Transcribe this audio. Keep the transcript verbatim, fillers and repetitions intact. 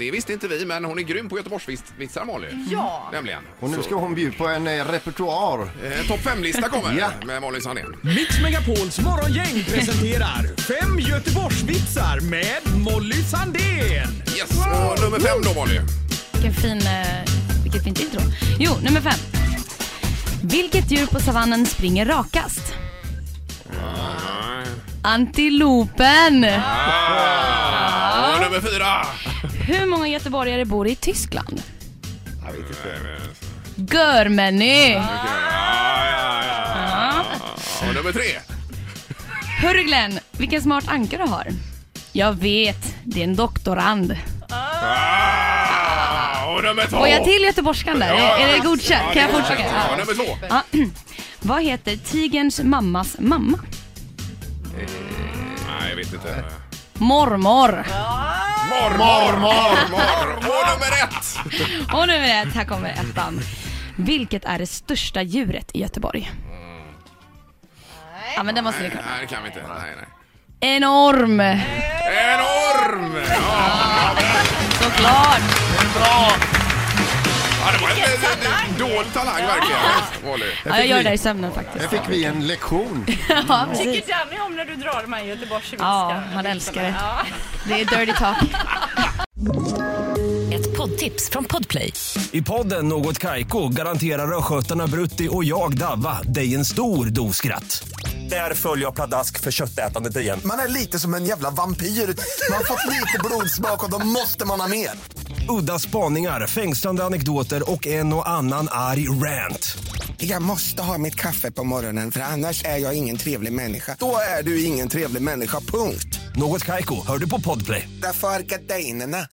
Det visste inte vi, men hon är grym på Göteborgsvitsar, Molly. Ja. Nämligen. Och nu ska hon bjuda på en eh, repertoar. Eh, Topp fem-lista kommer Ja. med Molly Sandén. Mix Megapols morgongäng presenterar fem Göteborgsvitsar med Molly Sandén. Yes, och nummer fem då, Molly. Vilken fin, eh, vilket fint intro. Jo, nummer fem. Vilket djur på savannen springer rakast? Antilopen. Ah, och nummer fyra. Hur många göteborgare bor i Tyskland? Jag vet inte. Görmänny. Ja, ja, ja. Och nummer tre. Hörru Glenn, vilken smart anka du har. Jag vet, det är en doktorand. Ah, och nummer två. Får jag till göteborgskan där? Ja, är det visst. godkänt? Ja, Kan jag det är fortsätta? godkänt. Ja, nummer två. Ja. Vad heter tigerns mammas mamma? Nej, jag vet inte. Mormor. Mormor, mormor, mormor. Och nummer ett. Och nu är det, här kommer ettan. Vilket är det största djuret i Göteborg? Ja, men det måste ni Nej, kunna. nej, det kan vi inte. Nej, nej. Enorm. Enorm! Ja, Såklart. bra. Ja, det var en, en, en dold talang verkligen. Molly. Ja, jag gör det i sömnen faktiskt. Här fick vi en lektion. Ja, precis. Tycker Danny om när du drar de här Göteborgsvitsarna? Ja, han älskar det. Det är dirty talk. Ett poddtips från Podplay. I podden Något Kaiko garanterar östgötarna Brutti och jag Davva dig en stor doskratt. Där följer jag pladask för köttätandet igen. Man är lite som en jävla vampyr. Man har fått lite blodsmak och då måste man ha mer. Udda spaningar, fängslande anekdoter och en och annan arg rant. Jag måste ha mitt kaffe på morgonen för annars är jag ingen trevlig människa. Då är du ingen trevlig människa, punkt. Något Kaiko, hör du på Podplay. Därför är gardinerna.